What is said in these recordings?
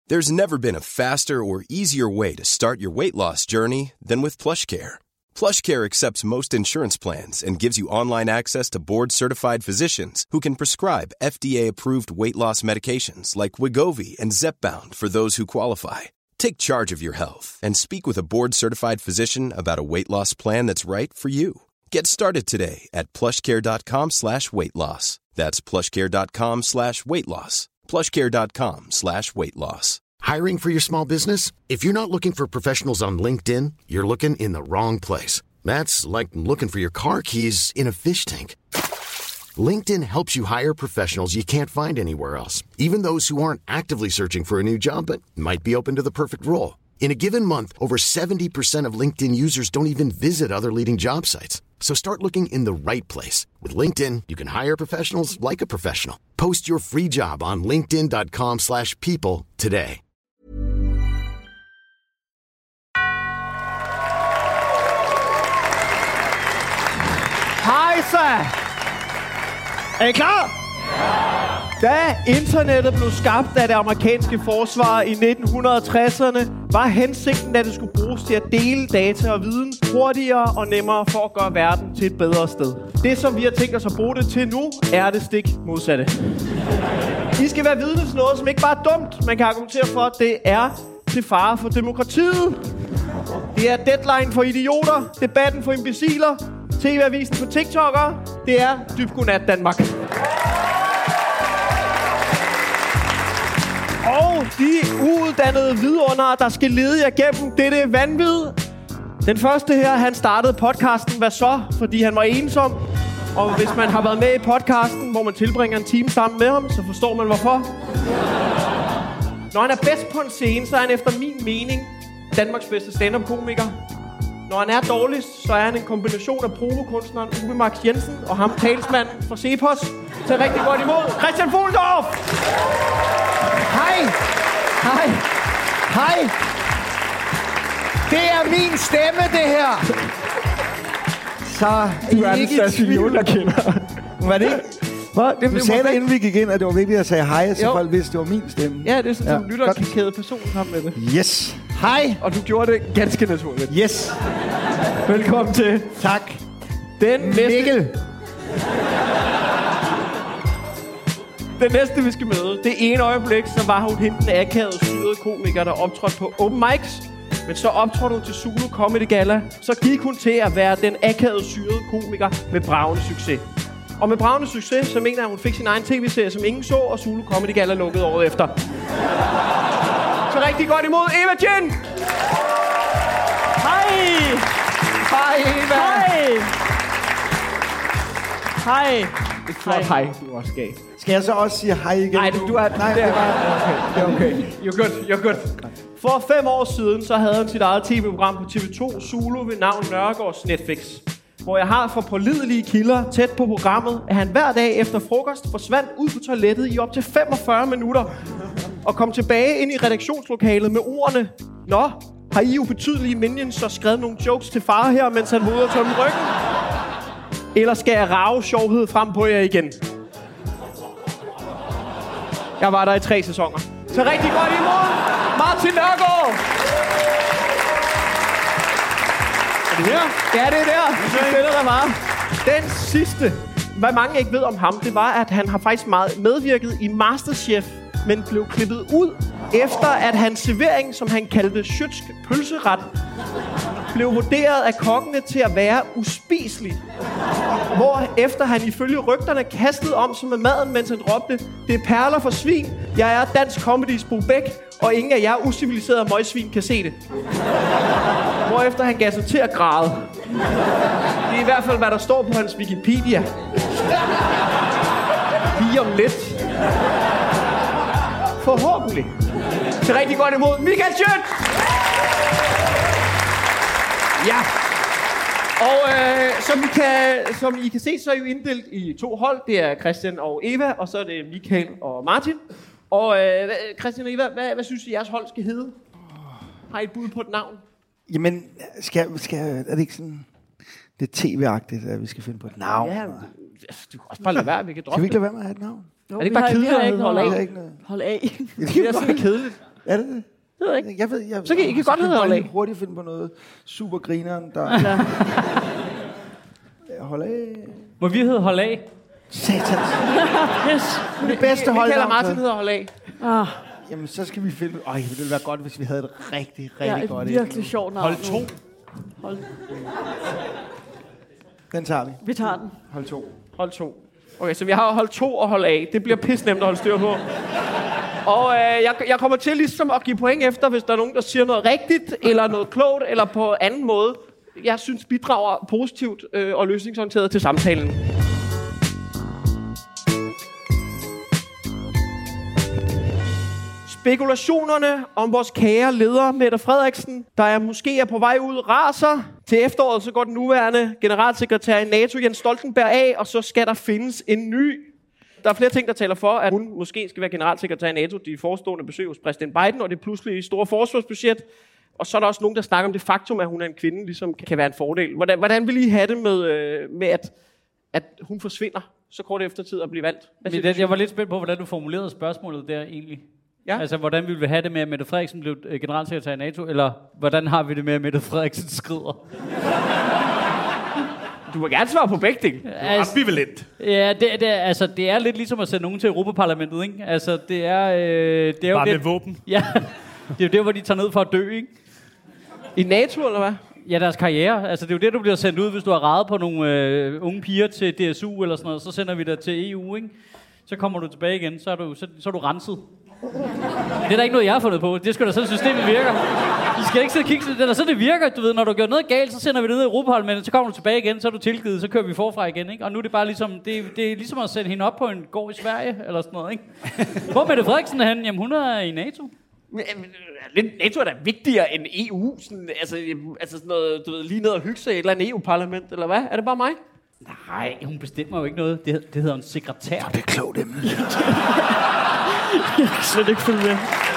There's never been a faster or easier way to start your weight loss journey than with PlushCare. PlushCare accepts most insurance plans and gives you online access to board-certified physicians who can prescribe FDA-approved weight loss medications like Wegovy and Zepbound for those who qualify. Take charge of your health and speak with a board-certified physician about a weight loss plan that's right for you. Get started today at plushcare.com/weightloss. That's plushcare.com/weightloss. plushcare.com/weightloss. Hiring for your small business? If you're not looking for professionals on LinkedIn, you're looking in the wrong place. That's like looking for your car keys in a fish tank. LinkedIn helps you hire professionals you can't find anywhere else, even those who aren't actively searching for a new job but might be open to the perfect role. In a given month, over 70% of LinkedIn users don't even visit other leading job sites. So start looking in the right place. With LinkedIn, you can hire professionals like a professional. Post your free job on linkedin.com/people today. Hej så! Er I klar? Da internettet blev skabt af det amerikanske forsvar i 1960'erne, var hensigten, at det skulle bruges til at dele data og viden hurtigere og nemmere for at gøre verden til et bedre sted. Det, som vi har tænkt os at bruge det til nu, er det stik modsatte. I skal være vidne til noget, som ikke bare er dumt. Man kan argumentere for, at det er til fare for demokratiet. Det er deadline for idioter, debatten for imbeciler, TV-avisen for TikTok'ere. Det er dybt godnat Danmark. Og de uuddannede vidundere, der skal lede jer gennem dette vanvid. Den første her, han startede podcasten Hvad så? Fordi han var ensom. Og hvis man har været med i podcasten, hvor man tilbringer en time sammen med ham, så forstår man hvorfor. Når han er bedst på en scene, så er han efter min mening Danmarks bedste stand-up-komiker. Når han er dårligst, så er han en kombination af provokunstneren Uwe Max Jensen og ham talsmanden fra Cepos. Så rigtig godt imod Christian Fuglendorf! Hej! Hej! Hej! Det er min stemme, det her! Så du er den største idiot, jeg kender. Var det ikke? Du sagde da, inden vi gik ind, at det var vigtigt at sige hej, så folk vidste, det var min stemme. Ja, det er sådan, som lytter kan kæde personen sammen med det. Yes. Hej! Og du gjorde det ganske naturligt. Yes. Velkommen til. Tak. Den næste... Mikkel. Den næste, vi skal møde, det ene øjeblik, så var hun hende den akavede, syrede komiker, der optrådte på open mics. Men så optrådte hun til Zulu Comedy Gala. Så gik hun til at være den akavede, syrede komiker med bragende succes. Og med bragende succes, så mener jeg, at hun fik sin egen tv-serie, som ingen så, og Zulu Comedy Gala lukkede året efter. Så rigtig godt imod Eva Jen! Hej! Hej, Eva! Hej! Hej! Et flot hej, du også gav. Skal jeg så også sige hej igen? Nej, du er... Nej, det er bare... Okay. You're good. For 5 år siden, så havde han sit eget tv-program på TV2 Zulu ved navn Nørgaards Netflix. Hvor jeg har fra pålidelige kilder tæt på programmet, at han hver dag efter frokost forsvandt ud på toilettet i op til 45 minutter. Og kom tilbage ind i redaktionslokalet med ordene: Nå, har I ubetydelige minions så skrevet nogle jokes til far her, mens han var ude og tømme ryggen? Eller skal jeg rage sjovhed frem på jer igen? Jeg var der i 3 sæsoner. Så rigtig godt imod Martin Nørgaard! Er det her? Ja, det er der. Det spiller der meget. Den sidste, hvad mange ikke ved om ham, det var, at han har faktisk meget medvirket i Masterchef, men blev klippet ud, efter at hans servering, som han kaldte schützsk pølseret, blev vurderet af kokkene til at være uspiselig. Hvor efter han ifølge rygterne kastede om sig med maden, mens han råbte: "Det er perler for svin. Jeg er dansk comedys Bo Bæk, og ingen af jer usiviliserede møgsvin kan se det." Hvorefter han gav sig til at græde. Det er i hvert fald, hvad der står på hans Wikipedia. Lige om lidt. Forhåbentlig. Så rigtig godt imod Michael Schødt! Ja. Og som I kan se, så er I jo inddelt i 2 hold. Det er Christian og Eva, og så er det Michael og Martin. Og Christian og Eva, hvad synes I, jeres hold skal hedde? Har I et bud på et navn? Jamen, er det ikke sådan... Det er tv-agtigt, at vi skal finde på et navn? Ja, du kan også bare lade være, vi kan droppe. Skal vi ikke lade være med at have et navn? Er det ikke bare kedeligt at hedde Hold A? Hold A. Det er sådan kedeligt. Er det det? Det ved jeg ikke. Jeg ved, Så kan I godt hedde hold af. Hurtigt finde på noget super grineren, der... Hold af. Må vi hedde hold af? Satans. Yes. Det bedste hold. Michael og Martin hedder hold af. Jamen, så skal vi finde... det ville være godt, hvis vi havde et rigtig godt. Ja, virkelig sjovt navn. Hold 2. Den tager vi. Vi tager den. Hold 2. Hold 2. Okay, så vi har hold 2 og hold A. Det bliver pisnemt at holde styr på. Og jeg kommer til ligesom at give point efter, hvis der er nogen, der siger noget rigtigt, eller noget klogt, eller på anden måde. Jeg synes, bidrager positivt og løsningsorienteret til samtalen. Spekulationerne om vores kære leder, Mette Frederiksen, der måske er på vej ud, raser. Til efteråret så går den nuværende generalsekretær i NATO, Jens Stoltenberg, af, og så skal der findes en ny. Der er flere ting, der taler for, at hun måske skal være generalsekretær i NATO, de forestående besøg hos præsident Biden, og det pludselig store forsvarsbudget. Og så er der også nogen, der snakker om det faktum, at hun er en kvinde, ligesom kan være en fordel. Hvordan vil I have det med at hun forsvinder så kort efter tid at blive valgt? Jeg var lidt spændt på, hvordan du formulerede spørgsmålet der egentlig. Ja. Altså, hvordan ville vi have det med, at Mette Frederiksen blev generalsekretær i NATO, eller hvordan har vi det med, at Mette Frederiksen skrider? Du må gerne svare på begge ting. Ambivalent. Ja, det er lidt ligesom at sende nogen til Europaparlamentet, ikke? Altså, det er jo bare det, med våben. Ja, det er jo der, hvor de tager ned for at dø, ikke? I NATO, eller hvad? Ja, deres karriere. Altså, det er jo det, du bliver sendt ud, hvis du har raget på nogle unge piger til DSU eller sådan noget. Så sender vi dig til EU, ikke? Så kommer du tilbage igen, så er du renset. Det er da ikke noget, jeg har fundet på. Det skal da sådan, systemet virker. I skal ikke sidde og kigge til det, eller så det virker, du ved. Når du gør noget galt, så sender vi det ned i Europaparlamentet, så kommer du tilbage igen, så er du tilgivet, så kører vi forfra igen, ikke? Og nu er det bare ligesom, det er ligesom at sætte hende op på en gård i Sverige, eller sådan noget, ikke? Hvor Mette Frederiksen er henne? Jamen, hun er i NATO. NATO er da vigtigere end EU. Sådan, altså sådan noget, du ved, lige ned og hygge sig i et eller andet EU-parlament, eller hvad? Er det bare mig? Nej, hun bestemmer jo ikke noget. Det hedder en sekretær. Det er klogt emne. Jeg kan slet ikke følge med.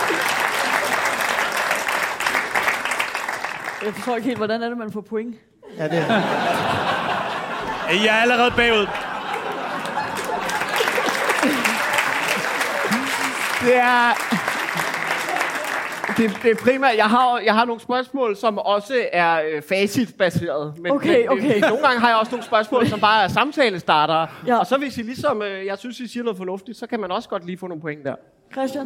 Jeg forstår ikke helt, hvordan er det, man får point? Ja, det er. Jeg er allerede bagud. Det er primært, jeg har nogle spørgsmål, som også er facitbaseret. Men Okay. Nogle gange har jeg også nogle spørgsmål, som bare er samtalestartere. Ja. Og så hvis I ligesom, jeg synes, I siger noget fornuftigt, så kan man også godt lige få nogle point der. Christian?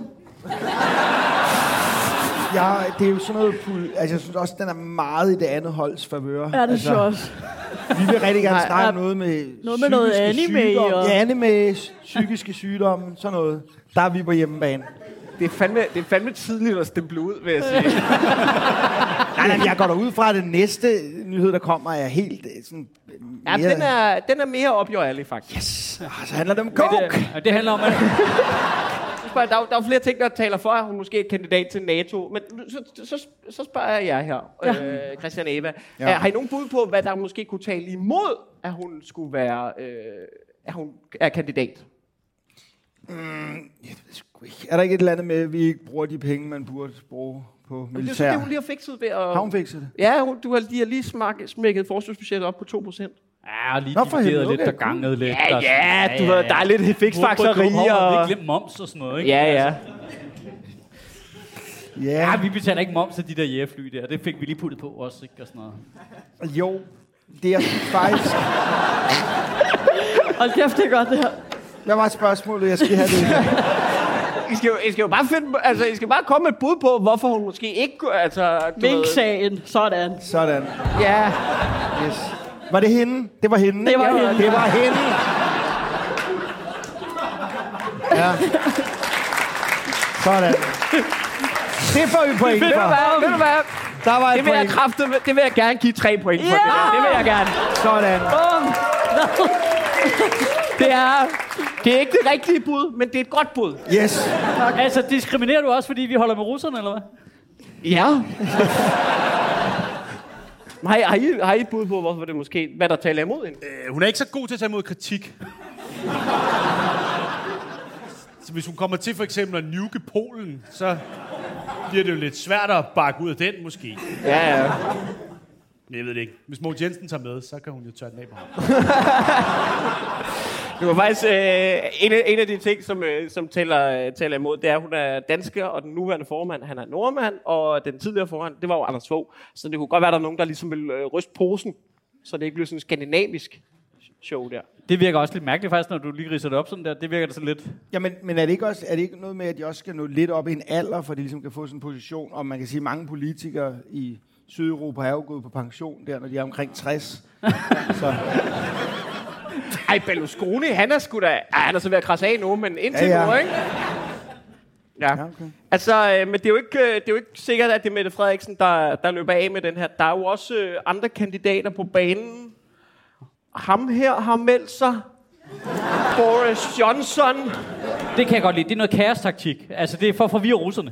Ja, det er jo sådan noget... Altså, jeg synes også, den er meget i det andet holds favør. Ja, det synes jeg også. Vi vil rigtig gerne snakke om noget med... Noget anime og... Ja, anime, psykiske sygdomme, sådan noget. Der er vi på hjemmebane. Det er fandme tidligt at stemple ud, vil jeg sige. Nej, jeg går derud fra, at den næste nyhed, der kommer, er helt sådan... Ja, den er mere op your alley, faktisk. Yes! Så handler det om coke! Det handler om, at... Der er flere ting, der taler for, at hun måske er kandidat til NATO. Men så spørger jeg jer her, Christian Eva. Ja. Har I nogen bud på, hvad der måske kunne tale imod, at hun skulle være... at hun er kandidat? Er der ikke et eller andet med, at vi ikke bruger de penge, man burde bruge på militær? Det er det, hun lige har fikset ved at... Har hun fikset det? Ja, de har lige smækket forsvarsbudgettet op på 2%. Ja, lige divideret lidt, der gangede lidt. Ja, du ved, der er lidt fiksfakseri og... Vi har glemt moms og sådan noget, ikke? Ja. Ja, vi betaler ikke moms til de der jægerfly der. Det fik vi lige puttet på også, ikke? Og sådan noget. Jo, det er faktisk... Hold kæft, det er godt, det her. Hvad var spørgsmålet, jeg skal have det? I skal jo bare I skal bare komme med et bud på, hvorfor hun måske ikke... Mink-sagen. Sådan. Ja. Yes. Var det hende? Det var hende. Det var hende. Det var hende. Ja. Sådan. Det får vi point for. Ved du hvad? Der var et point. Det vil jeg gerne give 3 point for. Det vil jeg gerne. Sådan. Det er ikke det rigtige bud, men det er et godt bud. Yes. Altså, diskriminerer du også, fordi vi holder med russerne, eller hvad? Ja. Har I et bud på, hvorfor det måske, hvad der taler imod hende? Hun er ikke så god til at tage imod kritik. Så hvis hun kommer til for eksempel at nuke Polen, så bliver det jo lidt svært at bakke ud af den, måske. Ja. Jeg ved det ikke. Hvis Mogens Jensen tager med, så kan hun jo tørre den af på ham. Det var faktisk en af de ting, som taler imod, det er, at hun er dansker, og den nuværende formand, han er nordmand, og den tidligere formand, det var jo Anders Fogh. Så det kunne godt være, der er nogen, der ligesom vil ryste posen, så det ikke bliver sådan en skandinavisk show der. Det virker også lidt mærkeligt faktisk, når du lige ridser det op sådan der. Det virker da sådan lidt... Ja, men er det ikke noget med, at de også skal nå lidt op i en alder, for de ligesom kan få sådan en position, og man kan sige, at mange politikere i Sydeuropa er jo gået på pension der, når de er omkring 60. Så. Ej, Berlusconi, han er sgu da... han er så ved at krasse af nu, men indtil nu, ikke? Ja. Okay. Altså, men det er jo ikke sikkert, at det er Mette Frederiksen, der løber af med den her. Der er jo også andre kandidater på banen. Ham her har meldt sig. Boris Johnson. Det kan jeg godt lide. Det er noget kaos-taktik. Altså, det er for at forvirre russerne.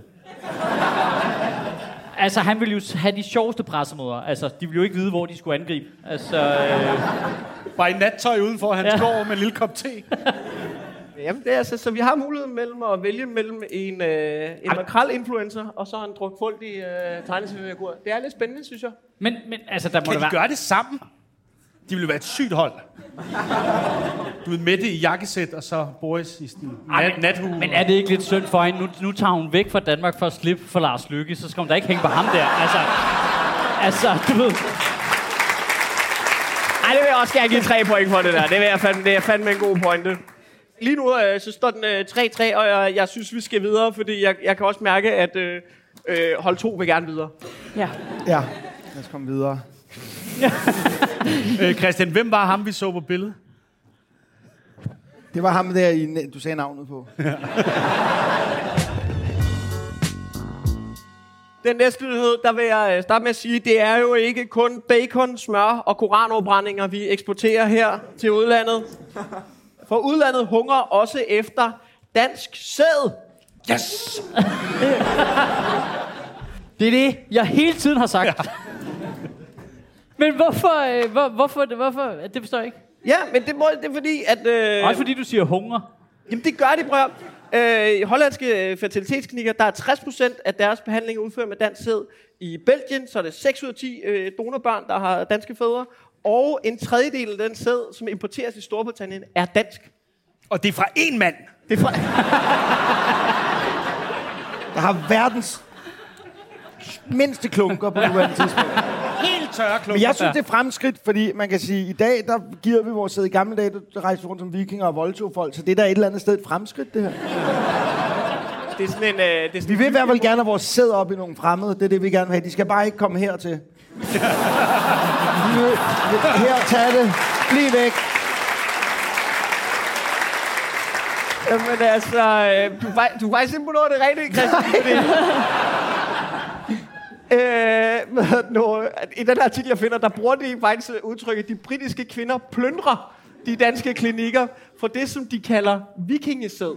Altså, han ville jo have de sjoveste pressemøder. Altså, de ville jo ikke vide, hvor de skulle angribe. Altså... Bare i nattøj udenfor hans gård med en lille kop te. Jamen, det er altså, så vi har muligheden mellem at vælge mellem en makrel-influencer og så en drukfuldig tegneseriefigur. Det er lidt spændende, synes jeg. Men altså, der må kan de gøre det sammen? De ville være et sygt hold. Du ved, Mette i jakkesæt, og så Boris i sådan nathue. Men er det ikke lidt synd for hende? Nu tager hun væk fra Danmark for at slippe for Lars Løkke, så skal hun da ikke hænge på ham der. Altså, du ved... Ej, det vil jeg også gerne give 3 point for det der. Det er fandme en god pointe. Lige nu så står den 3-3, og jeg synes, vi skal videre, fordi jeg kan også mærke, at hold 2 vil gerne videre. Ja, lad os komme videre. Christian, hvem var ham, vi så på billedet? Det var ham der, du sagde navnet på. Den næste nyhed, der vil jeg starte med at sige, det er jo ikke kun bacon, smør og koranopbrændinger, vi eksporterer her til udlandet. For udlandet hungrer også efter dansk sæd. Yes! Det er det, jeg hele tiden har sagt. Ja. Men hvorfor? Det forstår jeg ikke. Ja, men det er fordi, at... Også fordi du siger hunger. Jamen, det gør de, prøv i hollandske fertilitetsklinikker, der er 60% af deres behandlinger udført med dansk sæd. I Belgien, så er det 6 ud af 10 donorbørn, der har danske fædre. Og en tredjedel af den sæd, som importeres i Storbritannien, er dansk. Og det er fra én mand. Det er fra... Der har verdens mindste klunker på nuværende tidspunkt. Helt tørre klunker. Men jeg synes, det er fremskridt, fordi man kan sige, at i dag, der giver vi vores sæd. I gamle dage, der rejste rundt som vikinger og voldtog folk, så det er der et eller andet sted et fremskridt, det her. Det er sådan en... Vi vil i hvert fald gerne have vores sæd op i nogle fremmede. Det er det, vi gerne vil have. De skal bare ikke komme hertil. Her, tag det. Bliv væk. Jamen altså, du er faktisk inde på noget af det rigtige, Christian. I den artikel, jeg finder, der bruger de faktisk udtrykket, de britiske kvinder plyndrer de danske klinikker for det, som de kalder vikingesæd.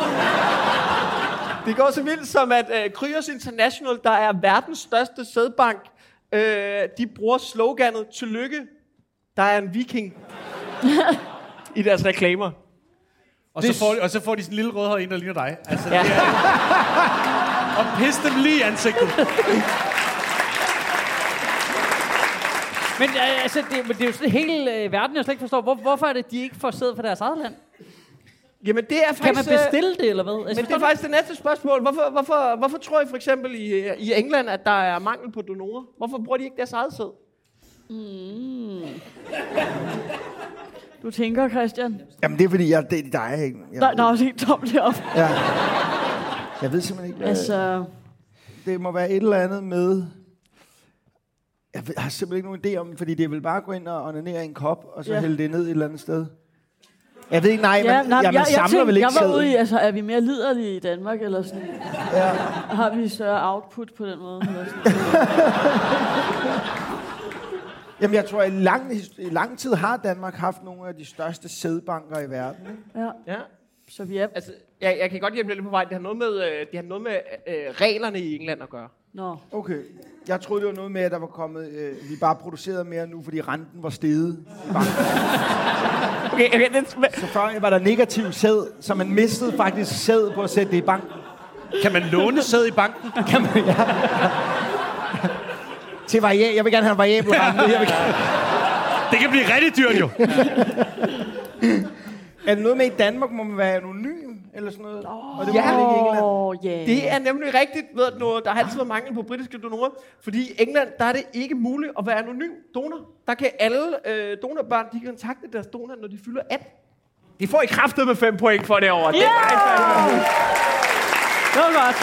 Det går så vildt som, at Kryos International, der er verdens største sædbank, de bruger sloganet, tillykke, der er en viking, i deres reklamer. Og så får de sådan en lille rødhåret en, der ligner dig. Altså, ja. Og pisse dem lige i ansigtet. Men altså, det er jo sådan hele verden, jeg slet ikke forstår. Hvorfor er det, de ikke får sæd for deres eget land? Jamen, det er faktisk... Kan man bestille det, eller hvad? Altså, men det er faktisk det næste spørgsmål. Hvorfor tror I for eksempel i England, at der er mangel på donorer? Hvorfor bruger de ikke deres eget sæd? Du tænker, Christian? Jamen, det er fordi, der er ikke... Der er også helt tomt deroppe. Ja. Jeg ved simpelthen ikke, hvad... Altså... Det må være et eller andet med... Jeg har simpelthen ikke nogen idé om, fordi det vil bare gå ind og onanere i en kop, og så hælde det ned et eller andet sted. Jeg ved ikke, man samler vel ikke sæd. Jeg var ude i, altså, er vi mere liderlige i Danmark, eller sådan? Ja. Har vi større output på den måde? Eller sådan? Jamen, jeg tror, i lang tid har Danmark haft nogle af de største sædbanker i verden. Ikke? Ja. Så vi er... Altså, jeg kan godt hjælpe lidt på vej. Det har noget med reglerne i England at gøre. Nå. Okay. Jeg troede, det var noget med, at der var kommet... vi bare producerede mere nu, fordi renten var steget. Okay, så før var der negativ sæd, så man mistede faktisk sæd på at sætte det i banken. Kan man låne sæd i banken? Kan man, ja. Til jeg vil gerne have en variabel rente. Det kan blive rigtig dyrt, jo. Er det noget med i Danmark, må man være anonym, eller sådan noget? Og det Ja. må man ikke i England. Yeah. Det er nemlig rigtigt, ved du, der har altid været mangel på britiske donorer, fordi i England, der er det ikke muligt at være anonym donor. Der kan alle donorbørn, de kan kontakte deres donor, når de fylder 18. De får i kraftet med 5 point for det over. Yeah! Det var godt.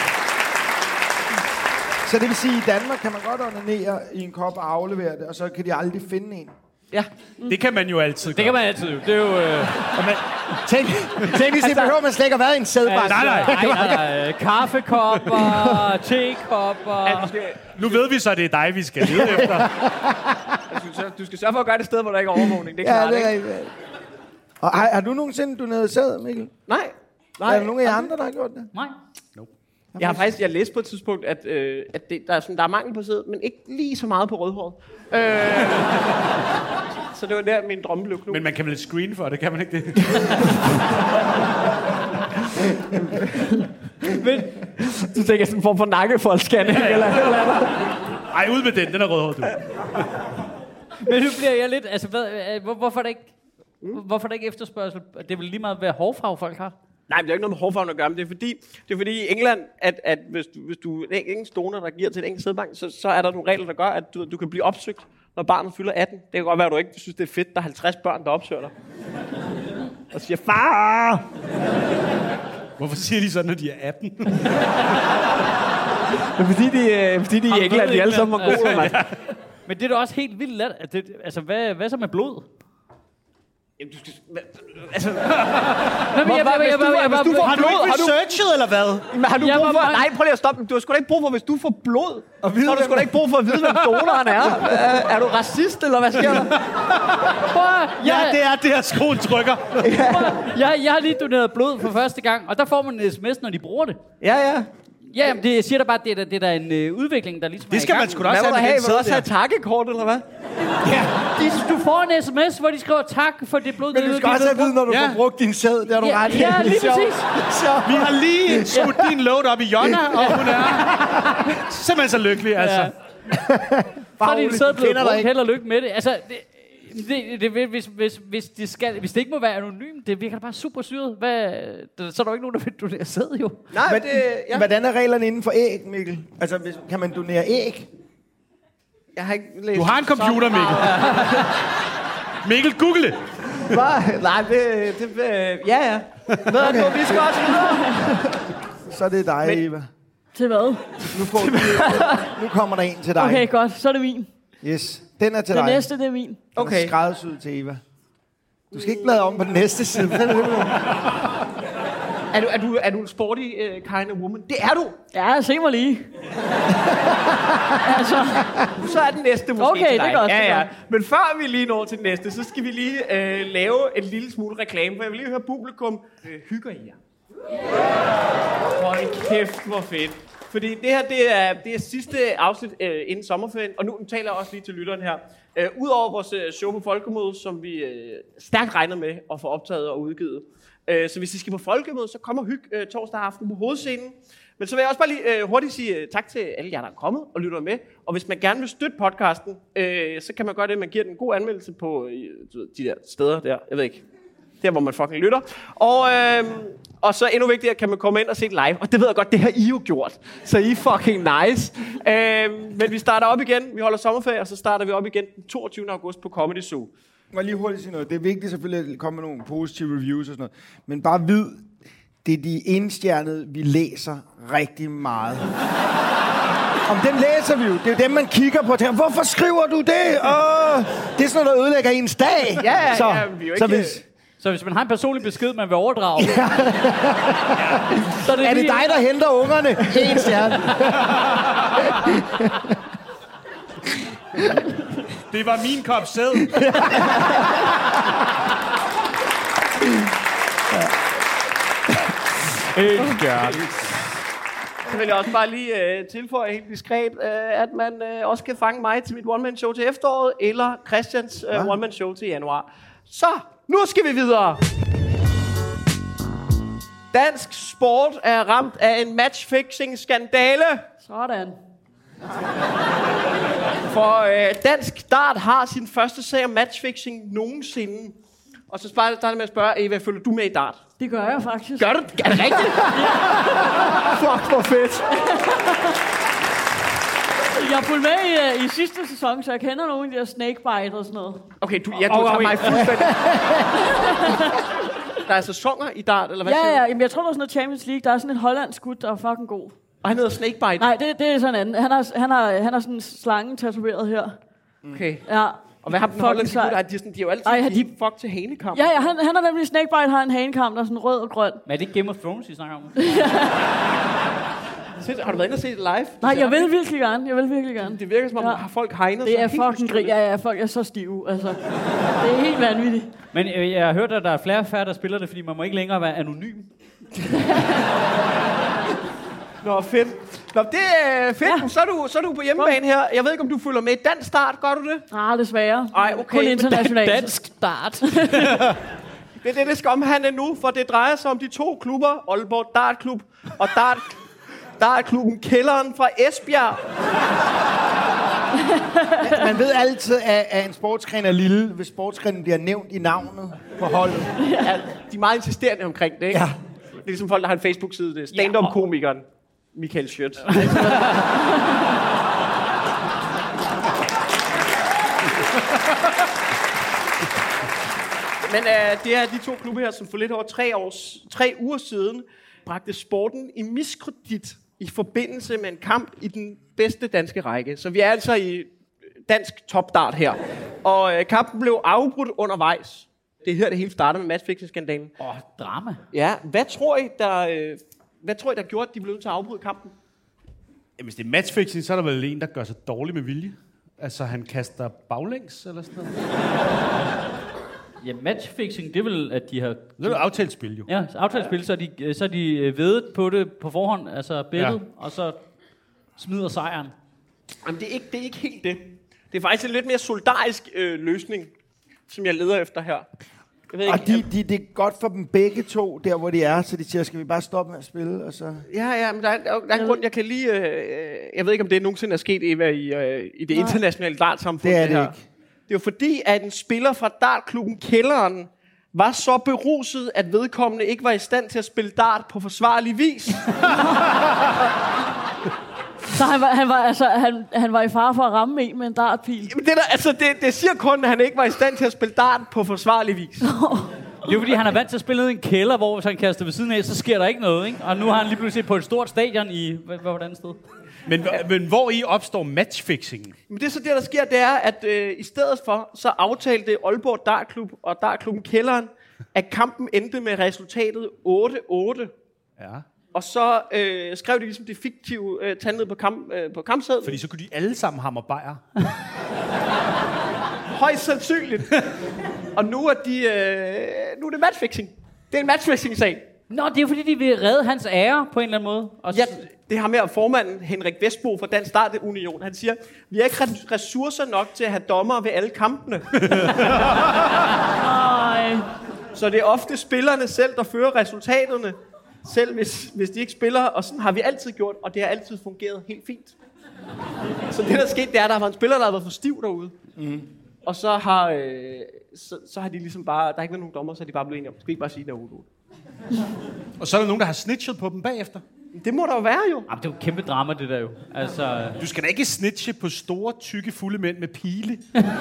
Så det vil sige, at i Danmark kan man godt onanere i en kop og aflevere det, og så kan de aldrig finde en. Ja. Det kan man jo altid gøre. Det kan man altid jo. Det er jo... Teknisk behøver man slet ikke at være i en sædbank. Nej. Kaffekopper, tekopper. Nu ved vi så, at det er dig, vi skal lede efter. Du skal sørge for at gøre det sted, hvor der ikke er overvågning. Det er klart, det er ikke? Og har du nogensinde doneret sæd, Mikkel? Nej. Er der nogen af jer andre, der har gjort det? Nej. Jeg læste på et tidspunkt, at der er mangel på sæd, men ikke lige så meget på rødhåret. Så det var der, min drømme blev knust. Men man kan vel screen for det, kan man ikke det? Men, du tænker sådan en form for nakkefold-scanning, eller andet. Ej, ud med den er rødhåret, du. Men nu bliver jeg lidt... Altså, hvorfor er der ikke efterspørgsel? Det er vel lige meget, hvad hårfarve folk har? Nej, men det er ikke noget med hårfarven at gøre, men det er fordi i England, at hvis du er en engelsk donor, der giver til en engelsk sædbank, så er der nogle regler, der gør, at du kan blive opsøgt, når barnet fylder 18. Det kan godt være, at du ikke synes, det er fedt, der er 50 børn, der opsøger dig. Og siger, far! Hvorfor siger de sådan, når de er 18? Det er fordi de i England, de alle sammen er gode, mand. Men det er da også helt vildt let. Altså, hvad så med blod? Jamen, du skal... Altså... Har du ikke researchet, eller hvad? Har du brug for... Nej, prøv lige at stoppe. Du har sgu da ikke brug for, hvis du får blod. Så har du sgu da ikke brug for at vide, hvem donoren er. Er du racist, eller hvad sker der? Ja, det er det her skoen trykker. Jeg har lige doneret blod for første gang, og der får man en sms, når de bruger det. Ja. Ja, men det siger da bare, det er da en udvikling, der ligesom Det skal er i gang. man sgu da også have med den Vil du også sæd have der. takkekort, eller hvad? Du får en sms, hvor de skriver tak for det blod. Men du skal også have vide, når du får brugt din sæd. Det har du ret i. Ja, lige præcis. Vi har lige skudt din load op i Jonna, og hun er simpelthen så lykkelig, altså. Ja. Så er din sæd blevet brugt. Held og lykke med det. Altså, hvis det ikke må være anonymt, det virker da bare super syret. Så er der jo ikke nogen, der vil donere sæd, jo. Nej, men hvordan er reglerne inden for æg, Mikkel? Altså, kan man donere æg? Jeg har ikke læst... Du har en computer, Mikkel. Mikkel, google det. Nej, ja. Vi skal også videre. Så er det dig, Eva. Til hvad? Nu kommer der en til dig. Okay, godt. Så er det min. Yes, den er til Den dig. næste, det er min. Okay. Den er skræddersyet til Eva. Du skal ikke bladre om på den næste side. Er du en sporty kind of woman? Det er du! Ja, se mig lige. Altså. Så er den næste måske okay, til dig. Det er godt, Ja. Men før vi lige når til den næste, så skal vi lige lave en lille smule reklame, for jeg vil lige høre publikum. Hygger I jer? Hold kæft, hvor fedt. Fordi det her, det er sidste afsnit inden sommerferien, og nu taler jeg også lige til lytteren her. Udover vores show på Folkemødet, som vi stærkt regner med at få optaget og udgivet. Så hvis I skal på Folkemødet, så kommer torsdag aften på Hovedscenen. Men så vil jeg også bare lige hurtigt sige tak til alle jer, der er kommet og lytter med. Og hvis man gerne vil støtte podcasten, så kan man gøre det, at man giver den en god anmeldelse på de der steder der. Jeg ved ikke. Der, hvor man fucking lytter. Og så endnu vigtigere, kan man komme ind og se live. Og det ved jeg godt, det har I jo gjort. Så I er fucking nice. Men vi starter op igen. Vi holder sommerferie, og så starter vi op igen den 22. august på Comedy Zoo. Må jeg lige hurtigt sige noget. Det er vigtigt selvfølgelig at komme med nogle positive reviews og sådan noget. Men bare vid, det er de enstjernede, vi læser rigtig meget. Om dem læser vi jo. Det er dem, man kigger på og tænker, hvorfor skriver du det? Det er sådan noget, der ødelægger ens dag. Vi er jo ikke... Så hvis man har en personlig besked, man vil overdrage... så er det dig, der henter ungerne? En stjerne. Det var min kop sæd. Så vil jeg også bare lige tilføje helt diskret, at man også kan fange mig til mit one-man-show til efteråret, eller Christians one-man-show til januar. Så, nu skal vi videre. Dansk sport er ramt af en matchfixing-skandale. Sådan. For dansk dart har sin første sag om matchfixing nogensinde. Og så starter med at spørge, Eva, følger du med i dart? Det gør jeg faktisk. Gør du? Er det rigtigt? Fuck, hvor fedt. Jeg fulgte med i sidste sæson, så jeg kender nogle af de der snakebite og sådan noget. Okay, du tager mig fuldstændig. Der er sæsoner i dart, eller hvad siger du? Ja, jamen, jeg tror, der er sådan noget Champions League. Der er sådan en hollandsk gut, der er fucking god. Og han hedder Snakebite? Nej, det er sådan en anden. Han har sådan en slange tatoveret her. Okay. Ja. Og hvad har den hollandske gut? De er jo altid fuck til hanekamp. Ja, han er nemlig Snakebite, har en hanekamp, der er sådan rød og grøn. Men er det Game of Thrones, I snakker om? Har du været inde og set det live? Nej, jeg vil virkelig gerne. Det virker som om, har folk hegnet det er fucking grig. Ja, folk er så stive. Altså, det er helt vanvittigt. Men jeg har hørt, at der er flere og færre, der spiller det, fordi man må ikke længere være anonym. Nå, fedt. Nå, det er fedt. Ja. Så er du på hjemmebane her. Jeg ved ikke, om du følger med i dansk start. Gør du det? Nej, desværre. Ej, okay. Kun internationalt. Dansk start. Det er det skal omhandle nu, for det drejer sig om de 2 klubber. Aalborg Dartklub og Dartklubben Kælderen fra Esbjerg. Man ved altid, at en sportsgren er lille, hvis sportsgrenen bliver nævnt i navnet på holdet. Ja, de er meget insisterende omkring det, ikke? Ja. Det er ligesom folk, der har en Facebook-side. Det er stand-up-komikeren Michael Schøtz. Men det er de 2 klubber her, som for lidt over 3 uger siden bragte sporten i miskredit i forbindelse med en kamp i den bedste danske række. Så vi er altså i dansk topdart her. Og kampen blev afbrudt undervejs. Det er her, det hele starter med matchfixing-skandalen. Drama. Ja, hvad tror I, der gjorde, at de blev nødt til at afbryde kampen? Jamen, hvis det er matchfixing, så er der vel en, der gør sig dårlig med vilje. Altså, han kaster baglæns eller sådan noget. Ja, matchfixing, det er vel, at de har... Det er jo aftalt spil, jo. Ja, aftalt spil, så er de vedet på det på forhånd, altså bettet, og så smider sejren. Jamen, det er ikke helt det. Det er faktisk en lidt mere solidarisk løsning, som jeg leder efter her. Jeg ved ikke, det er godt for dem begge 2, der hvor de er, så de siger, skal vi bare stoppe med at spille? Og så... Ja, men der er en grund, jeg kan lige... jeg ved ikke, om det nogensinde er sket, Eva, i det internationale dartsamfund. Det er det her. Ikke. Det er jo fordi, at en spiller fra dartklubben Kælderen var så beruset, at vedkommende ikke var i stand til at spille dart på forsvarlig vis. Så han var i fare for at ramme en med en dartpil. Jamen, det siger kun, at han ikke var i stand til at spille dart på forsvarlig vis. Det er jo fordi, han er vant til at spille ned i en kælder, hvor hvis han kaster ved siden af, så sker der ikke noget, ikke? Og nu har han lige pludselig på et stort stadion i... Hvordan sted? Men hvor i opstår matchfixingen? Men det er så det, der sker, det er, at i stedet for, så aftalte Aalborg Dartklub og Dartklubben Kælderen, at kampen endte med resultatet 8-8. Ja. Og så skrev de ligesom det fiktive tal ned på kampsedlen. Fordi så kunne de alle sammen hamre bajer. Højst sandsynligt. Og nu er det matchfixing. Det er en matchfixing-sag. Nå, det er fordi, de vil redde hans ære på en eller anden måde. Og ja, det har med formanden Henrik Vestbo fra Dansk Dart Union. Han siger, vi har ikke ressourcer nok til at have dommere ved alle kampene. Så det er ofte spillerne selv, der fører resultaterne. Selv hvis de ikke spiller, og sådan har vi altid gjort, og det har altid fungeret helt fint. Så det, der skete, det er, at der var en spiller, der har været for stiv derude. Mm. Og så har de ligesom bare, der har ikke været nogen dommer, så er de bare blevet enige om, skal vi ikke bare sige, at det er 8-8. Og så er der nogen, der har snitchet på dem bagefter. Det må der jo være, jo. Jamen, det er jo et kæmpe drama, det der jo. Altså... Du skal da ikke snitche på store, tykke, fulde mænd med pile.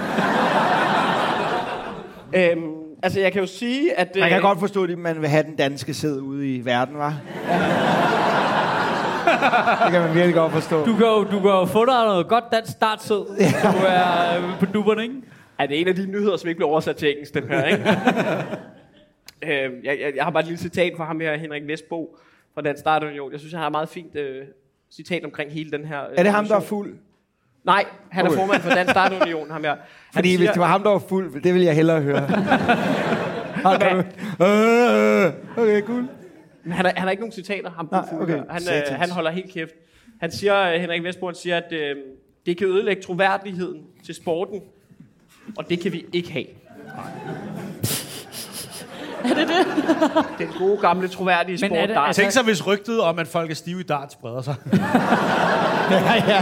Altså, jeg kan jo sige, at... Man kan godt forstå, at man vil have den danske sæd ude i verden, hva'? Det kan man virkelig godt forstå. Du kan jo få dig noget godt dansk startsæd. Ja. Du er på dupperne, ikke? Ja, det er en af de nyheder, som ikke bliver oversat til engelsk, dem her, ikke? Jeg har bare et lille citat fra ham her, Henrik Vestbo fra Dansk Dart Union. Jeg synes, han har et meget fint citat omkring hele den her... er det ham, der er fuld? Nej, han er formand for Dansk Dart Union, ham her. Fordi siger, hvis det var ham, der var fuld, det ville jeg hellere høre. Okay, cool. Men han har ikke nogen citater, ham okay. Han holder helt kæft. Han siger, Henrik Vestbo, siger, at det kan ødelægge troværdigheden til sporten, og det kan vi ikke have. Er det det? Den gode, gamle, troværdige sport. Men altså... Tænk så, hvis rygtet om, at folk er stive i dart, spreder sig. ja.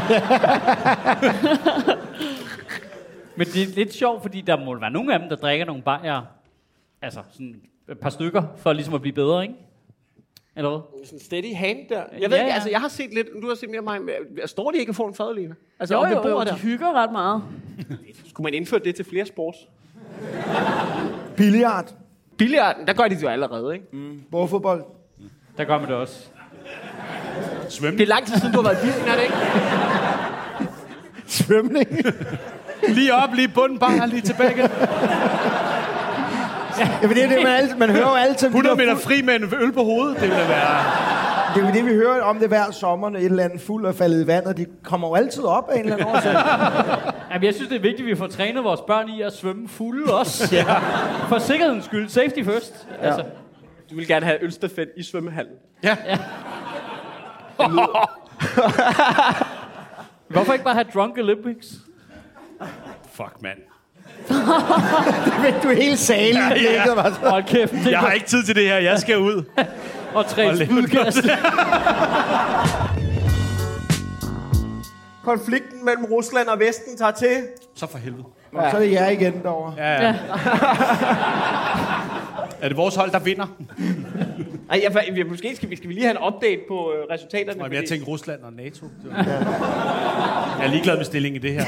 Men det er lidt sjovt, fordi der må være nogle af dem, der drikker nogle bajer altså sådan et par stykker, for ligesom at blive bedre, ikke? Eller hvad? Sådan en steady hand der. Jeg ved ikke, altså jeg har set lidt, du har set mere mig, står de ikke og får en fadline? Altså Jo, de hygger ret meget. Skulle man indføre det til flere sports? Billiard. Billiarden, der gør de det jo allerede, ikke? Bordfodbold. Der gør man det også. Svømning. Det er lang tid siden, du har været i byen, er det ikke? Svømning. Lige op, lige bunden, bare lige tilbage igen. Ja, men det er det, man hører jo altid... 100 meter fri med en øl på hovedet, det vil da være... Det er jo det, vi hører om det hver sommer, når et eller andet fuld er faldet i vandet. De kommer jo altid op af en eller anden årsag. Jamen, jeg synes, det er vigtigt, at vi får trænet vores børn i at svømme fulde også. Ja. For sikkerhedens skyld. Safety first. Ja. Altså. Du vil gerne have ølstafet i svømmehallen. Ja. Hvorfor ikke bare have Drunk Olympics? Fuck, mand. Du er helt salig. Ja. Hold kæft. Jeg har ikke tid til det her. Jeg skal ud. Og 3 spydkast. Konflikten mellem Rusland og Vesten tager til. Så for helvede. Ja. Så er det jer igen derovre. Ja. Er det vores hold, der vinder? Ej, måske skal vi lige have en update på resultaterne. Jeg tænker Rusland og NATO. Jeg er ligeglad med stillingen i det her.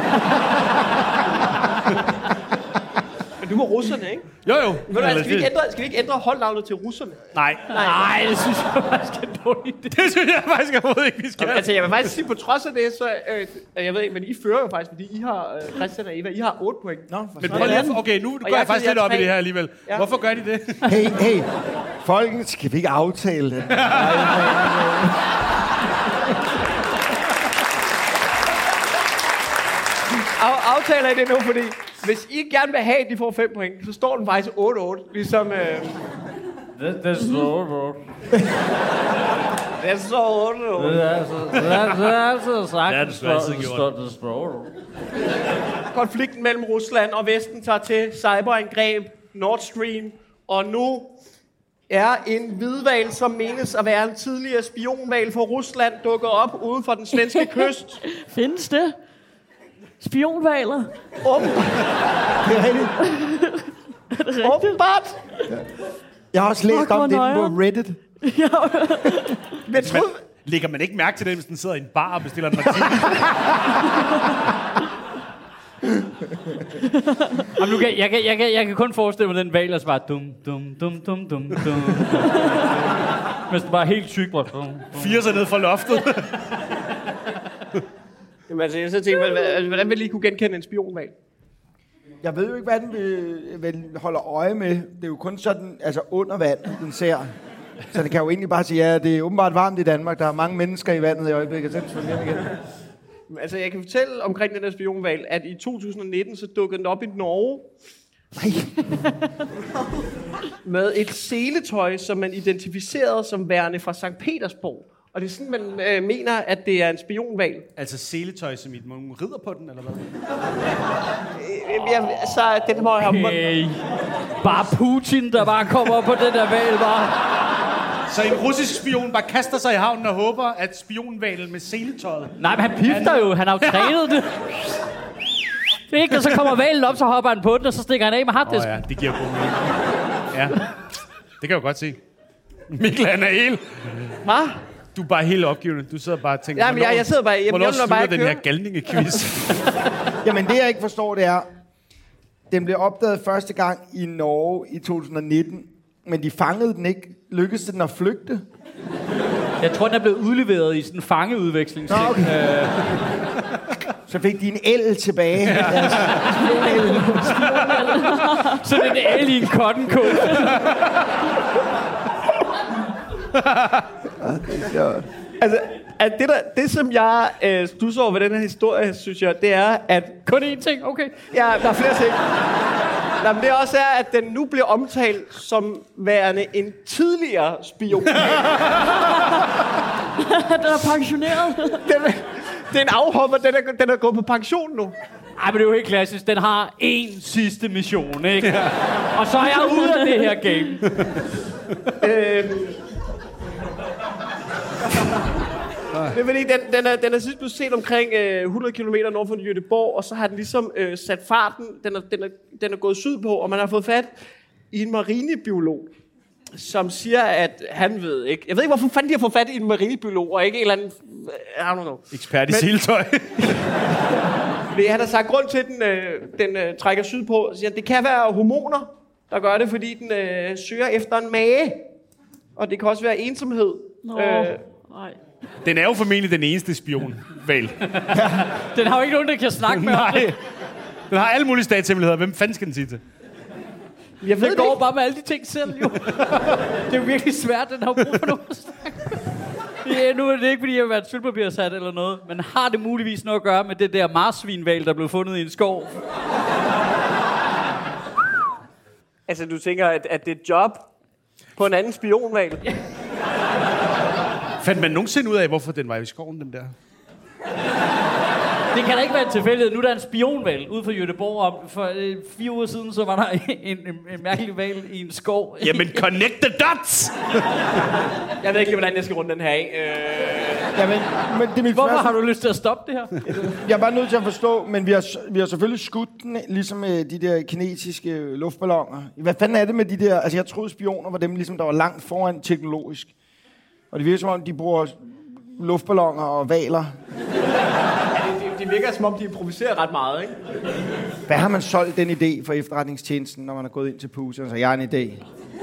Men du er russerne, ikke? Jo. Skal vi ikke ændre holdnavnet til russerne? Nej, det synes jeg faktisk er dårligt. det synes jeg faktisk overhovedet ikke, vi skal. Altså, jeg vil faktisk sige, på trods af det, så... jeg ved ikke, men I fører jo faktisk, fordi I har... Christian og Eva, I har 8 point. Nå, men prøv lige, okay, nu går jeg faktisk lidt op i det her alligevel. Ja. Hvorfor gør de det? Hey, folkens, skal vi ikke aftale det? Aftaler I det nu, fordi hvis I gerne vil have, at de får 5 point, så står den faktisk 8-8, ligesom... Det er så 8-8. Det er så 8-8. Det er altså sagt. Det er det altid gjort. Konflikten mellem Rusland og Vesten tager til cyberangreb, Nord Stream, og nu er en hvidhval, som menes at være en tidligere spionhval for Rusland, dukket op uden for den svenske kyst. Findes det? Spionhvaler? Åbenbart. Jeg har også læst om det på Reddit. Men lægger man ikke mærke til det, hvis den sidder i en bar og bestiller en martini? Jeg kan kun forestille mig den hval, der bare dum. Hvis den bare er helt tyk, bare dum. 80 ned fra loftet. Jamen, altså, jeg så tænker, hvordan vil I kunne genkende en spionhval? Jeg ved jo ikke, hvad den vil holde øje med. Det er jo kun sådan, altså under vand, den ser. Så det kan jo egentlig bare sige, ja, det er åbenbart varmt i Danmark. Der er mange mennesker i vandet i øjeblikket. Så den hjem igen. Altså, jeg kan fortælle omkring den der spionhval, at i 2019, så dukkede den op i Norge. Med et seletøj, som man identificerede som værende fra Sankt Petersborg. Og det er sådan, man mener, at det er en spionhval. Altså seletøj, som i nogen rider på den, eller hvad? Så den må jeg have... Bare Putin, der bare kommer på den der hval, bare. Så en russisk spion bare kaster sig i havnen og håber, at spionhvalen med seletøjet... Nej, men han pifter jo. Han har jo trænet det. Det er ikke, og så kommer hvalen op, så hopper han på den, og så stikker han af med harddisken. Ja, det giver god mening. Ja, det kan jeg jo godt se. Mikkel, han er helt... Hvad? Du er bare helt opgivende. Du sidder bare og tænker... Ja, men jeg sidder bare... Hvornår slutter den her galningequiz? Jamen, det jeg ikke forstår, det er... Den blev opdaget første gang i Norge i 2019, men de fangede den ikke. Lykkedes den at flygte? Jeg tror, den er blevet udleveret i sådan en fangeudveksling. Okay. Så fik de en el tilbage. Ja. Så det er en el i en cotton coat. Altså, at det som jeg stusser over ved den her historie, synes jeg, det er, at... Kun én ting? Okay. Ja, der er flere ting. Nej, men det også er, at den nu bliver omtalt som værende en tidligere spion. Den er pensioneret. Det er en afhopper, den er gået på pension nu. Ej, men det er jo helt klassisk. Den har én sidste mission, ikke? Ja. Og så er jeg ude af det her game. Det er fordi, den er sidst blevet set omkring 100 km nord for Göteborg, og så har den ligesom sat farten, den er gået sydpå, og man har fået fat i en marinebiolog, som siger, at han ved ikke... Jeg ved ikke, hvorfor fanden de har fået fat i en marinebiolog, og ikke en eller anden... I don't know. Ekspert i siltøj. Han har sagt, grund til, at den trækker sydpå, siger, det kan være hormoner, der gør det, fordi den søger efter en mage. Og det kan også være ensomhed. Nej. Den er jo formentlig den eneste spion, vel? Den har jo ikke nogen, der kan snakke med. Nej. Den har alle mulige statshemmeligheder. Hvem fanden skal den sige til? Jeg ved det går bare med alle de ting selv, jo. Det er jo virkelig svært, den har brug for nogen at snakke med. Ja, nu er det ikke, fordi jeg har været sølvpapirshat eller noget, men har det muligvis noget at gøre med det der marsvinval, der blev fundet i en skov? Altså, du tænker, at det er et job på en anden spionval? Fandt man nogensinde ud af, hvorfor den var i skoven, den der? Det kan da ikke være en tilfældighed. Nu er der en spionval ude for Göteborg. For 4 uger siden, så var der en mærkelig val i en skov. Jamen, connect the dots! Jeg ved ikke, hvordan jeg skal runde den her af. Jamen, men det er Hvorfor har du lyst til at stoppe det her? Jeg er bare nødt til at forstå, men vi har selvfølgelig skudt den, ligesom de der kinesiske luftballoner. Hvad fanden er det med de der... Altså, jeg troede, spioner var dem, ligesom, der var langt foran teknologisk. Og det virker som om, de bruger luftballoner og valer. Det virker som om, de improviserer ret meget, ikke? Hvad har man solgt den idé for efterretningstjenesten, når man er gået ind til Putin og så jeg har en idé?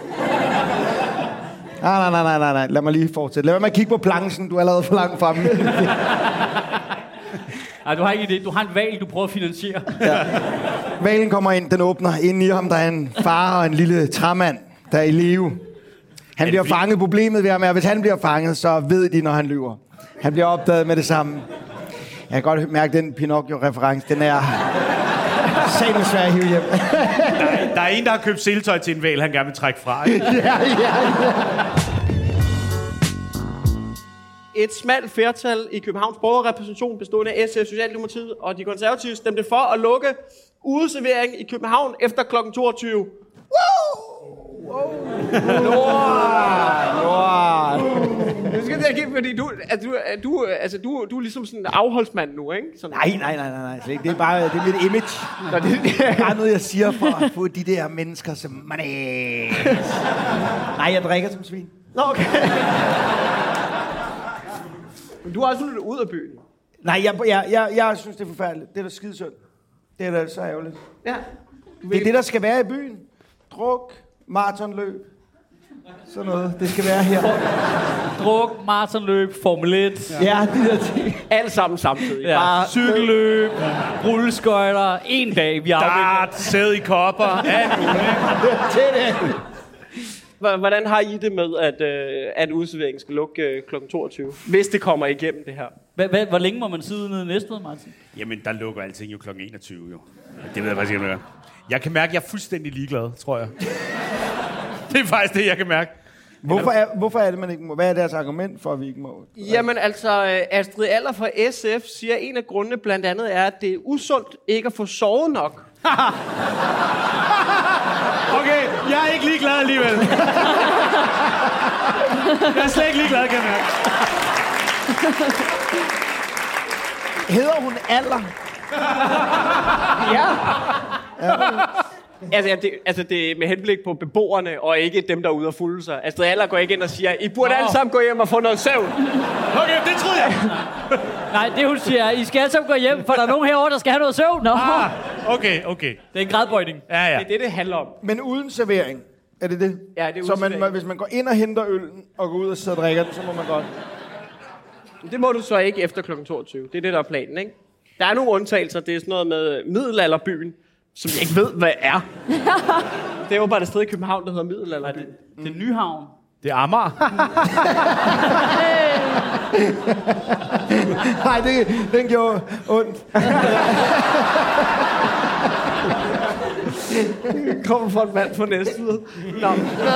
Nej. Lad mig lige fortsætte. Lad mig kigge på planchen. Du er allerede for langt fremme. Nej, du har ikke idé. Du har en valg, du prøver at finansiere. Ja. Valen kommer ind, den åbner. Inden i ham, der er en far og en lille træmand, der er i live. Han bliver fanget. Problemet ved ham er, at hvis han bliver fanget, så ved de, når han lyver. Han bliver opdaget med det samme. Jeg kan godt mærke, den Pinocchio-reference, den er satans svær at hive hjem. Der er en, der har købt siltøj til en væl, han gerne vil trække fra, ikke? Ja. Et smalt flertal i Københavns borgerrepræsentation, bestående af SF, Socialdemokratiet og de konservative, stemte for at lukke udeservering i København efter kl. 22. Woo! Nu skal det ikke, fordi du er ligesom sådan en afholdsmand nu, ikke? Sådan. Nej. Det er bare det er mit image. Det er bare noget, jeg siger for at få de der mennesker som money. Nej, jeg drikker som svin. Nå, okay. Men du har også lidt ud af byen. Nej, jeg synes, det er forfærdeligt. Det er da skidesynd. Det er da så ærgerligt. Ja. Det er det, der skal være i byen. Druk, maratonløb. Sådan noget. Det skal være her. Druk, maratonløb, Formel 1. Ja, de der ting. Alt sammen samtidig. Ja. Bare cykelløb, rulleskøjter, en dag, vi afvikler. Dart, sæd i kopper, alt muligt. Hvordan har I det med, at udserveringen skal lukke kl. 22? Hvis det kommer igennem det her. Hvor længe må man sidde nede i Næstved, Martin? Jamen, der lukker alting jo kl. 21, jo. Det ved jeg faktisk ikke, jeg kan mærke, at jeg er fuldstændig ligeglad, tror jeg. Det er faktisk det, jeg kan mærke. Hvorfor er det, man ikke må? Hvad er deres argument for, at vi ikke må? Jamen altså, Astrid Aller fra SF siger, at en af grundene blandt andet er, at det er usundt ikke at få sovet nok. Okay, jeg er ikke ligeglad alligevel. Jeg er slet ikke ligeglad, kan jeg mærke. Hedder hun Aller? Ja. Altså, det er med henblik på beboerne, og ikke dem, der er ude og fulde sig. Astrid Aller går ikke ind og siger, I burde alle sammen gå hjem og få noget søvn. Okay, det troede jeg. Nej, det hun siger, I skal alle sammen gå hjem, for der er nogen herovre, der skal have noget søvn. Okay. Det er en gradbøjning. Ja. Det er det handler om. Men uden servering, er det det? Ja, det er så hvis man går ind og henter øllen, og går ud og sidder og drikker den, så må man godt. Det må du så ikke efter kl. 22. Det er det, der er planen, ikke? Der er nogle undtagelser. Det er sådan noget med middelalderbyen, som jeg ikke ved, hvad er. Det er jo bare et sted i København, der hedder middelalderbyen. Det er Nyhavn. Det er Amager. Nej, den gjorde ondt. Kommer fra en mand på Næstved. Nå,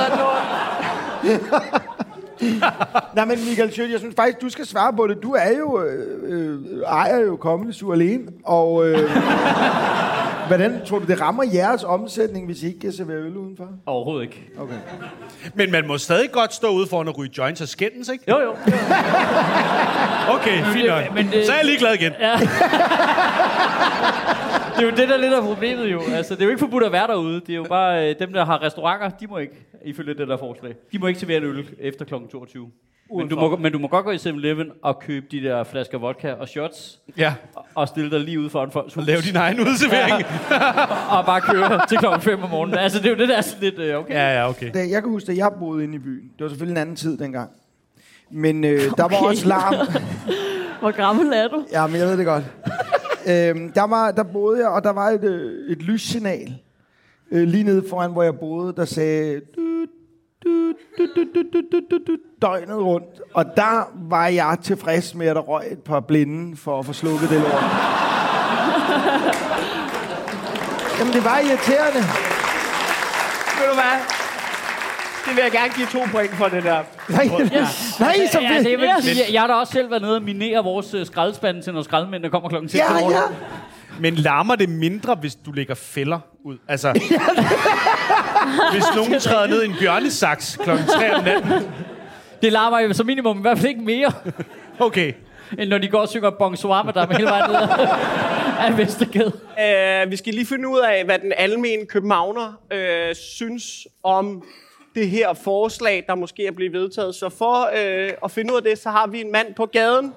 Nej, men Michael Schødt, jeg synes faktisk, du skal svare på det. Du er jo, ejer jo Kommende Sur Alene, og Hvordan tror du, det rammer jeres omsætning, hvis I ikke kan servere øl udenfor? Overhovedet ikke. Okay. Men man må stadig godt stå ude foran at ryge joints og skændes, ikke? Jo. Okay, fint nok. Så er jeg lige glad igen. Ja. Det er jo det, der lidt af problemet jo. Altså, det er jo ikke forbudt at være derude. Det er jo bare dem, der har restauranter, de må ikke, ifølge det der forslag. De må ikke servere øl efter kl. 22. Men du må godt gå i 7-Eleven og købe de der flasker vodka og shots. Ja. Og stille dig lige ude foran folks hus. Og lave din egen udservering. Og bare køre til klokken 5 om morgenen. Altså, det er jo det, der er sådan lidt okay. Ja, okay. Jeg kan huske, at jeg boede inde i byen. Det var selvfølgelig en anden tid dengang. Men der var også larm. Hvor gammel er du? Ja, men jeg ved det godt. Der boede jeg, og der var et lyssignal lige nede foran, hvor jeg boede, der sagde døgnet rundt. Og der var jeg tilfreds med, at der røg et par blinde for at få slukket det lort. Jamen, det var irriterende. Ved du hvad? Det vil jeg gerne give 2 point for det der. Nej, så vildt. Jeg har da også selv været nede og minere vores skraldespande til, når skraldemændene kommer klokken 6 om morgenen. Ja. Men larmer det mindre, hvis du lægger fælder ud? Altså, hvis nogen træder ned i en bjørnesaks klokken 3 om natten. Det larmer jo som minimum i hvert fald ikke mere. Okay. End når de går og synger bonsoir med dig hele vejen ned af Vestergade. Vi skal lige finde ud af, hvad den almene københavner synes om det her forslag, der måske er blevet vedtaget. Så for at finde ud af det, så har vi en mand på gaden.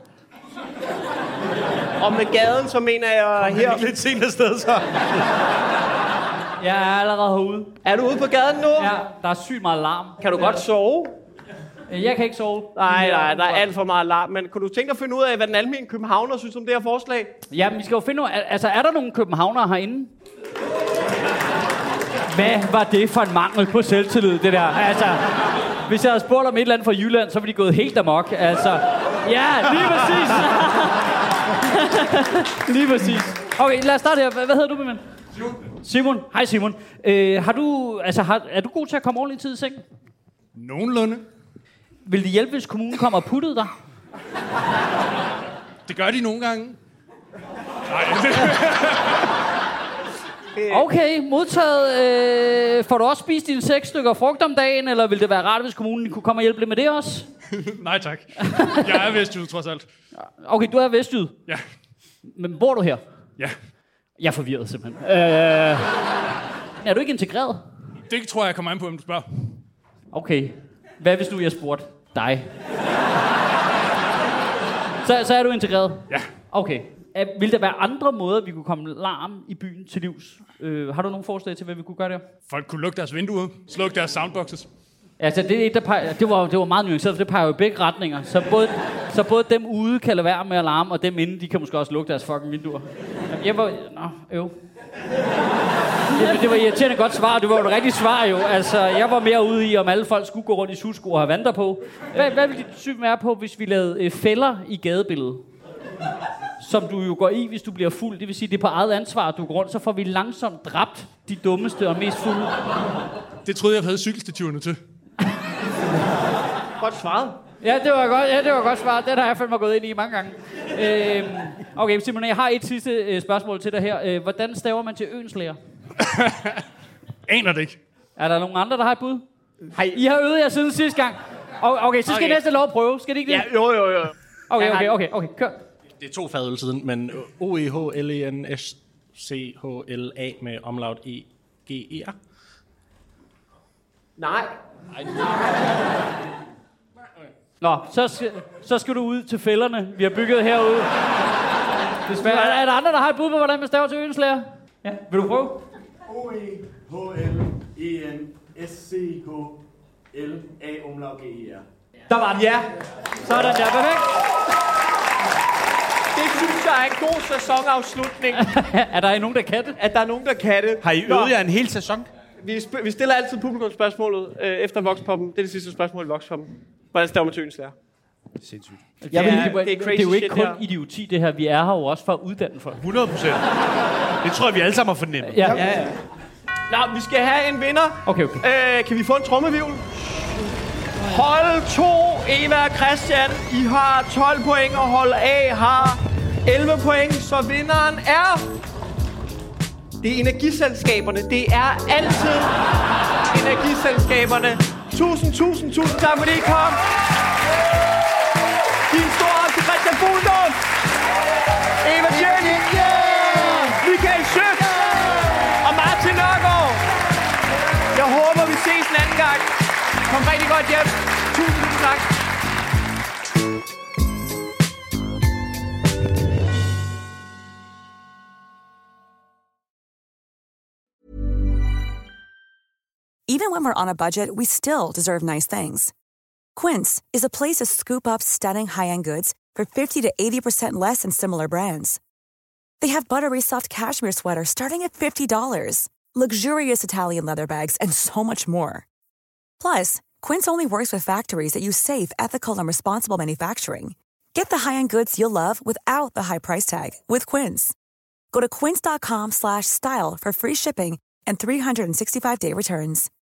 Og med gaden, så mener jeg her... Lidt sent afsted, så. Jeg er allerede herude. Er du ude på gaden nu? Ja, der er sygt meget larm. Kan du godt sove? Jeg kan ikke sove. Nej, der er alt for meget larm. Men kunne du tænke dig at finde ud af, hvad den almindelige københavner synes om det her forslag? Jamen, vi skal jo finde ud af... Altså, er der nogle københavnere herinde? Hvad var det for en mangel på selvtillid, det der? Altså, hvis jeg havde spurgt om et eller andet fra Jylland, så var de gået helt amok. Altså, ja, lige præcis. Lige præcis. Okay, lad os starte her. Hvad hedder du, min ven? Simon. Hej, Simon. Er du god til at komme ordentligt tid i seng? Nogenlunde. Vil det hjælpe, hvis kommunen kommer og puttede dig? Det gør de nogle gange. Nej. Okay, modtaget. Får du også spist dine 6 stykker frugt om dagen, eller vil det være rart, hvis kommunen kunne komme og hjælpe lidt med det også? Nej, tak. Jeg er vestjyd, trods alt. Okay, du er vestjyd? Ja. Men bor du her? Ja. Jeg er forvirret, simpelthen. Er du ikke integreret? Det tror jeg kommer an på, om du spørger. Okay. Hvad hvis nu jeg spurgte dig? Så er du integreret? Ja. Okay. Vil der være andre måder, vi kunne komme larm i byen til livs? Har du nogle forslag til, hvad vi kunne gøre der? Folk kunne lukke deres vinduer, slukke deres soundboxes. Altså, det var meget nuanceret, for det peger jo i begge retninger. Så både dem ude kan lade være med at larme, og dem inde, de kan måske også lukke deres fucking vinduer. Det var irriterende godt svar, det var jo et rigtigt svar jo. Altså, jeg var mere ude i, om alle folk skulle gå rundt i sudsko og have vandter på. Hvad ville dit syn være på, hvis vi lavede fælder i gadebilledet? Som du jo går i, hvis du bliver fuld. Det vil sige, det er på eget ansvar, at du går rundt. Så får vi langsomt dræbt de dummeste og mest fulde. Det troede jeg havde cykelstativerne til. Godt svaret. Ja, det var godt svaret. Den har jeg fandme gået ind i mange gange. Okay, Simon, jeg har et sidste spørgsmål til dig her. Hvordan staver man til Ønslæger? Aner det ikke. Er der nogen andre, der har et bud? Hej. I har øvet jer siden sidste gang. Okay, så skal I næste lov prøve. Skal det ikke det? Ja, jo. Okay, kør. Det er 2 fadøl siden, men OEHLENSCHLA med omlaut EGER. Nej. Nå, så skal du ud til fælderne, vi har bygget herude. Er der andre, der har et bud på, hvordan man staver til Ønslæger? Ja, vil du prøve? OEHLENSCHLA omlaut GER. Der var den, ja. Sådan der, perfekt. Det synes jeg er en god sæsonafslutning. Er der nogen, der kan det? At der er nogen, der kan det. Har I øvet jer en hel sæson? Vi stiller altid publikumsspørgsmålet efter Voxpoppen. Det er det sidste spørgsmål i Voxpoppen. Hvordan staver man til Ønslæger? Sindssygt. Det er jo ikke kun idioti, det her. Vi er her jo også for at uddanne folk. 100%. Det tror jeg, vi alle sammen har fornemmet. Ja. Nå, vi skal have en vinder. Okay. Kan vi få en trommevivl? Hold 2, Eva og Christian. I har 12 point, og hold A har 11 point. Så vinderen er... Det er energiselskaberne. Det er altid energiselskaberne. Tusind tak, fordi I kom. Giv en stor hånd til Christian Fuglendorf. Eva Tjern. Michael Schøf. Og Martin Nørgaard. Jeg håber, vi ses en anden gang. Kom rigtig godt hjem. Tusind tak. Even when we're on a budget, we still deserve nice things. Quince is a place to scoop up stunning high-end goods for 50 to 80% less than similar brands. They have buttery soft cashmere sweaters starting at $50, luxurious Italian leather bags, and so much more. Plus, Quince only works with factories that use safe, ethical, and responsible manufacturing. Get the high-end goods you'll love without the high price tag with Quince. Go to quince.com/style for free shipping and 365-day returns.